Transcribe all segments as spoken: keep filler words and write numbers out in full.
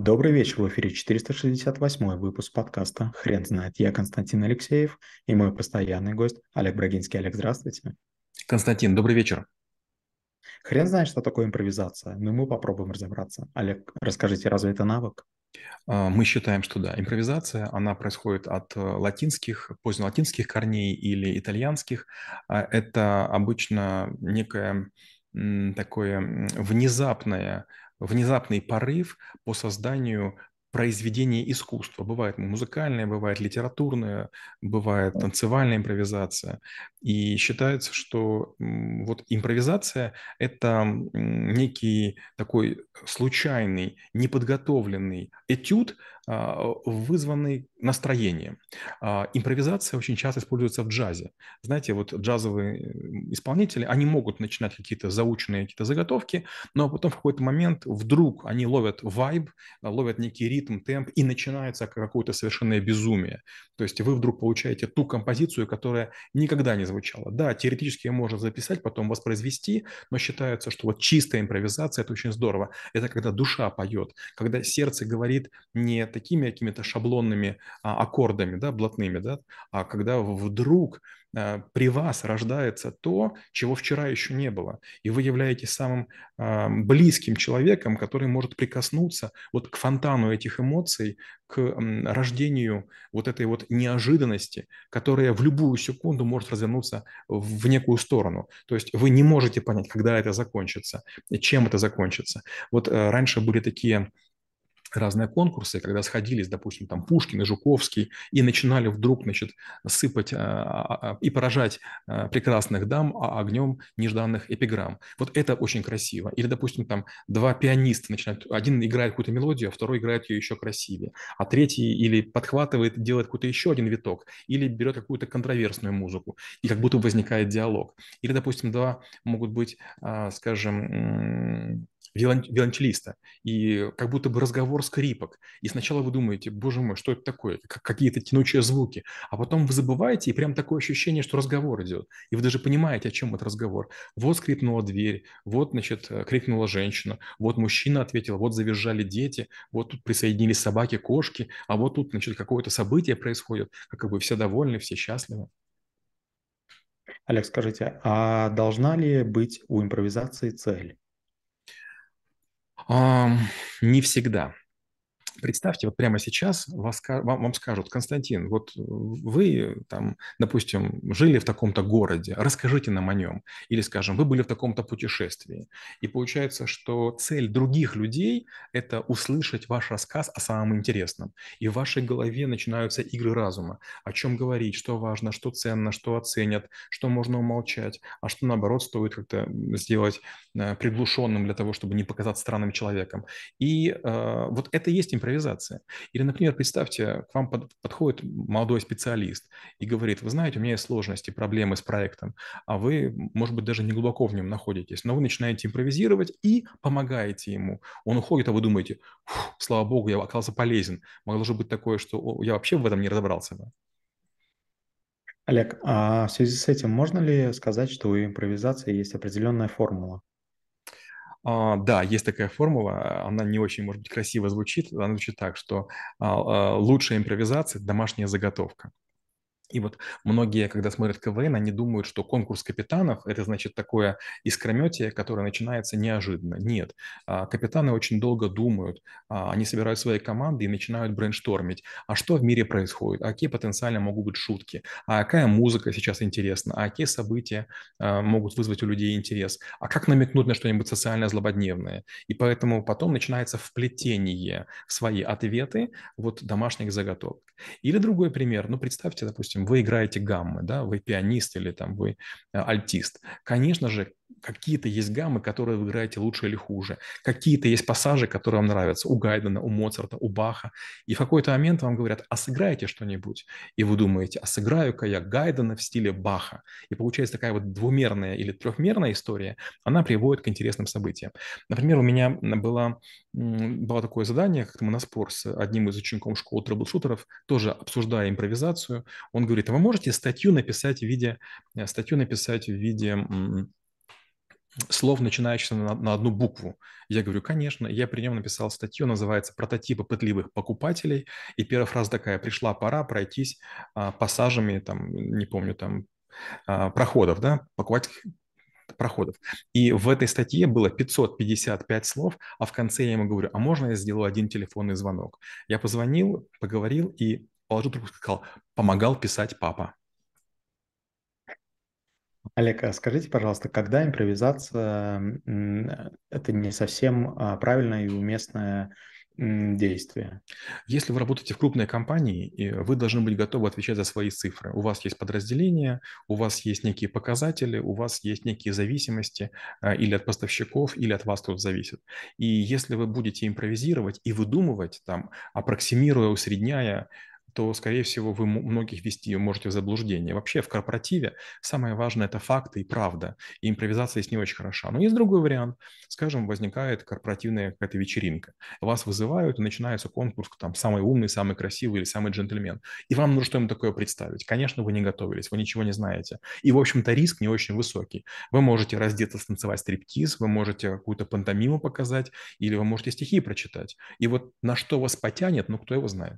Добрый вечер, в эфире четыреста шестьдесят восьмой выпуск подкаста «Хрен знает». Я Константин Алексеев и мой постоянный гость Олег Брагинский. Олег, здравствуйте. Константин, добрый вечер. Хрен знает, что такое импровизация, но мы попробуем разобраться. Олег, расскажите, разве это навык? А, Мы считаем, что да, импровизация, она происходит от э, латинских, позднелатинских корней или итальянских. А Это обычно некое м, такое м, внезапное, внезапный порыв по созданию произведения искусства. Бывает музыкальное, бывает литературное, бывает танцевальная импровизация. И считается, что м, вот импровизация– это м, некий такой случайный, неподготовленный этюд, а, вызванный настроением. А, Импровизация очень часто используется в джазе. Знаете, вот джазовые э, исполнители, они могут начинать какие-то заученные какие-то заготовки, но потом в какой-то момент вдруг они ловят вайб, ловят некий ритм, темп, и начинается какое-то совершенное безумие. То есть вы вдруг получаете ту композицию, которая никогда не звучала. Да, теоретически ее можно записать, потом воспроизвести, но считается, что вот чистая импровизация– это очень здорово. Это когда душа поет, когда сердце говорит не такими какими-то шаблонными а, аккордами, да, блатными, да, а когда вдруг а, при вас рождается то, чего вчера еще не было, и вы являетесь самым а, близким человеком, который может прикоснуться вот к фонтану этих эмоций, к м, рождению вот этой вот неожиданности, которая в любую секунду может развернуться в некую сторону. То есть вы не можете понять, когда это закончится, чем это закончится. Вот э, раньше были такие разные конкурсы, когда сходились, допустим, там Пушкин и Жуковский, и начинали вдруг, значит, сыпать а, а, а, и поражать а, прекрасных дам а, огнем нежданных эпиграмм. Вот это очень красиво. Или, допустим, там два пианиста начинают, один играет какую-то мелодию, а второй играет ее еще красивее, а третий или подхватывает, делает какой-то еще один виток, или берет какую-то контроверсную музыку, и как будто возникает диалог. Или, допустим, два могут быть, а, скажем, м, виолон- виолончелиста, и как будто бы разговор скрипок. И сначала вы думаете, боже мой, что это такое? Как- Какие-то тянучие звуки. А потом вы забываете, и прям такое ощущение, что разговор идет. И вы даже понимаете, о чем этот разговор. Вот скрипнула дверь, вот, значит, э, крикнула женщина, вот мужчина ответил, вот завизжали дети, вот тут присоединились собаки, кошки, а вот тут, значит, какое-то событие происходит, как бы все довольны, все счастливы. Олег, скажите, а должна ли быть у импровизации цель? Ам, Не всегда. Представьте, вот прямо сейчас вас, ска- вам, вам скажут: Константин, вот вы там, допустим, жили в таком-то городе, расскажите нам о нем. Или, скажем, вы были в таком-то путешествии. И получается, что цель других людей– это услышать ваш рассказ о самом интересном. И в вашей голове начинаются игры разума. О чем говорить, что важно, что ценно, что оценят, что можно умолчать, а что, наоборот, стоит как-то сделать э, приглушенным для того, чтобы не показаться странным человеком. И э, вот это и есть импровизация. Или, например, представьте, к вам под- подходит молодой специалист и говорит: вы знаете, у меня есть сложности, проблемы с проектом, а вы, может быть, даже не глубоко в нем находитесь, но вы начинаете импровизировать и помогаете ему. Он уходит, а вы думаете: «Фух, слава богу, я оказался полезен. Могло же быть такое, что о, я вообще в этом не разобрался бы». Олег, а в связи с этим можно ли сказать, что у импровизации есть определенная формула? А, да, есть такая формула, она не очень, может быть, красиво звучит. Она звучит так, что а, а, лучшая импровизация– это домашняя заготовка. И вот многие, когда смотрят КВН, они думают, что конкурс капитанов– это, значит, такое искрометие, которое начинается неожиданно. Нет. А, Капитаны очень долго думают, а, они собирают свои команды и начинают брейнштормить. А что в мире происходит? А какие потенциально могут быть шутки? А какая музыка сейчас интересна? А какие события а, могут вызвать у людей интерес? А как намекнуть на что-нибудь социально злободневное? И поэтому потом начинается вплетение в свои ответы вот домашних заготовок. Или другой пример. Ну, представьте, допустим, вы играете гаммы, да, вы пианист или там вы э, альтист. Конечно же, какие-то есть гаммы, которые вы играете лучше или хуже. Какие-то есть пассажи, которые вам нравятся у Гайдена, у Моцарта, у Баха. И в какой-то момент вам говорят: а сыграйте что-нибудь. И вы думаете: а сыграю-ка я Гайдена в стиле Баха. И получается такая вот двумерная или трехмерная история, она приводит к интересным событиям. Например, у меня была м, было такое задание, как-то мы на спор с одним из учеников школы трэблшутеров, тоже обсуждая импровизацию. Он говорит: а вы можете статью написать в виде, э, статью написать в виде м, слов, начинающихся на, на одну букву. Я говорю, конечно. Я при нем написал статью, называется «Прототипы пытливых покупателей». И первая фраза такая: «Пришла пора пройтись а, пассажами, там, не помню, там, а, проходов, да, покупательских проходов». И в этой статье было пятьсот пятьдесят пять слов, а в конце я ему говорю, а можно я сделаю один телефонный звонок? Я позвонил, поговорил и положил трубку и сказал, помогал писать папа. Олег, а скажите, пожалуйста, когда импровизация м, э, это не совсем а, правильное и уместное м, действие? Если вы работаете в крупной компании, и вы должны быть готовы отвечать за свои цифры. У вас есть подразделения, у вас есть некие показатели, у вас есть некие зависимости а, или от поставщиков, или от вас кто-то зависит. И если вы будете импровизировать и выдумывать, там, аппроксимируя, усредняя, то, скорее всего, вы м- многих ввести можете в заблуждение. Вообще в корпоративе самое важное – это факты и правда. И импровизация здесь не очень хороша. Но есть другой вариант. Скажем, возникает корпоративная какая-то вечеринка. Вас вызывают, и начинается конкурс, там, самый умный, самый красивый или самый джентльмен. И вам нужно что-нибудь такое представить. Конечно, вы не готовились, вы ничего не знаете. И, в общем-то, риск не очень высокий. Вы можете раздеться, станцевать стриптиз, вы можете какую-то пантомиму показать, или вы можете стихи прочитать. И вот на что вас потянет, ну, кто его знает.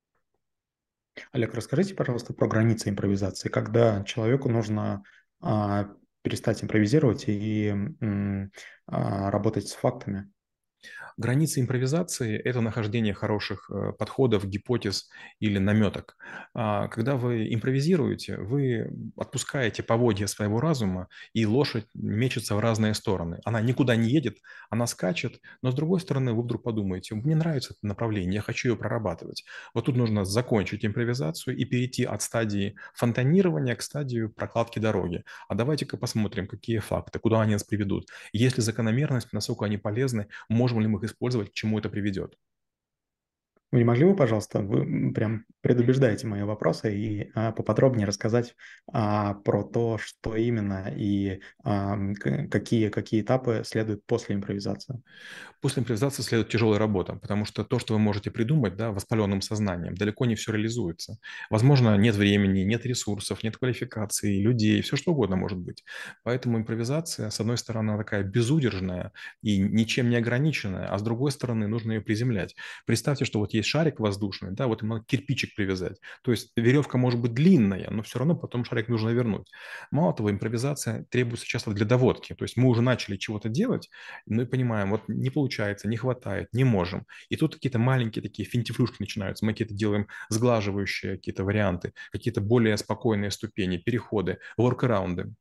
Олег, расскажите, пожалуйста, про границы импровизации, когда человеку нужно а, перестать импровизировать и м, а, работать с фактами. Граница импровизации – это нахождение хороших э, подходов, гипотез или наметок. А, Когда вы импровизируете, вы отпускаете поводья своего разума, и лошадь мечется в разные стороны. Она никуда не едет, она скачет, но с другой стороны вы вдруг подумаете, мне нравится это направление, я хочу ее прорабатывать. Вот тут нужно закончить импровизацию и перейти от стадии фонтанирования к стадии прокладки дороги. А давайте-ка посмотрим, какие факты, куда они нас приведут. Есть ли закономерность, насколько они полезны, можем ли мы их использовать, к чему это приведет. Вы не могли бы, пожалуйста, вы м, прям предубеждаете мои вопросы и а, поподробнее рассказать а, про то, что именно и а, м, к- какие, какие этапы следуют после импровизации? После импровизации следует тяжелая работа, потому что то, что вы можете придумать, да, воспаленным сознанием, далеко не все реализуется. Возможно, нет времени, нет ресурсов, нет квалификации, людей, все что угодно может быть. Поэтому импровизация, с одной стороны, она такая безудержная и ничем не ограниченная, а с другой стороны, нужно ее приземлять. Представьте, что вот есть шарик воздушный, да, вот ему надо кирпичик привязать. То есть веревка может быть длинная, но все равно потом шарик нужно вернуть. Мало того, импровизация требуется часто для доводки. То есть мы уже начали чего-то делать, ну и понимаем, вот не получается, не хватает, не можем. И тут какие-то маленькие такие финтифлюшки начинаются. Мы какие-то делаем сглаживающие какие-то варианты, какие-то более спокойные ступени, переходы, воркараунды.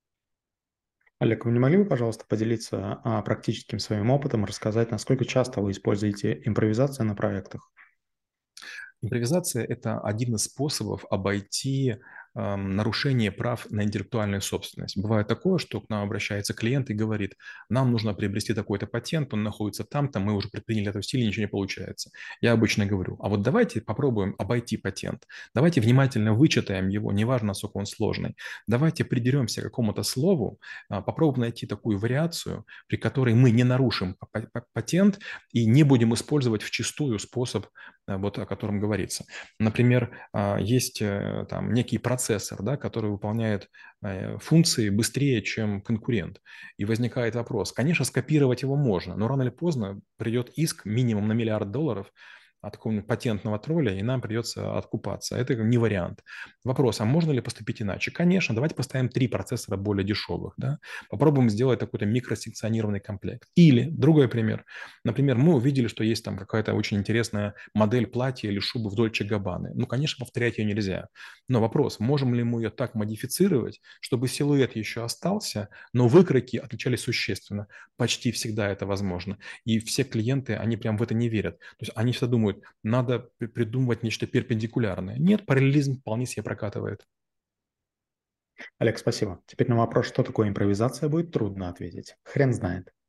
Олег, вы не могли бы, пожалуйста, поделиться а, практическим своим опытом, рассказать, насколько часто вы используете импровизацию на проектах? Импровизация – это один из способов обойти эм, нарушение прав на интеллектуальную собственность. Бывает такое, что к нам обращается клиент и говорит, нам нужно приобрести такой-то патент, он находится там-то, мы уже предприняли это усилие, ничего не получается. Я обычно говорю, а вот давайте попробуем обойти патент, давайте внимательно вычитаем его, неважно, насколько он сложный, давайте придеремся к какому-то слову, а, попробуем найти такую вариацию, при которой мы не нарушим па- па- патент и не будем использовать вчистую способ, э, вот о котором говорится. Например, а, есть э, там некий процессор, да, который выполняет э, функции быстрее, чем конкурент. И возникает вопрос, конечно, скопировать его можно, но рано или поздно придет иск минимум на миллиард долларов от какого-нибудь патентного тролля, и нам придется откупаться. Это не вариант. Вопрос, а можно ли поступить иначе? Конечно, давайте поставим три процессора более дешевых, да? Попробуем сделать такой-то микросекционированный комплект. Или, другой пример, например, мы увидели, что есть там какая-то очень интересная модель платья или шубы в Дольче Габбаны. Ну, конечно, повторять ее нельзя. Но вопрос, можем ли мы ее так модифицировать, чтобы силуэт еще остался, но выкройки отличались существенно. Почти всегда это возможно. И все клиенты, они прям в это не верят. То есть они всегда думают, надо при- придумывать нечто перпендикулярное. Нет, параллелизм вполне себе прокатывает. Олег, спасибо. Теперь на вопрос, что такое импровизация, будет трудно ответить. Хрен знает.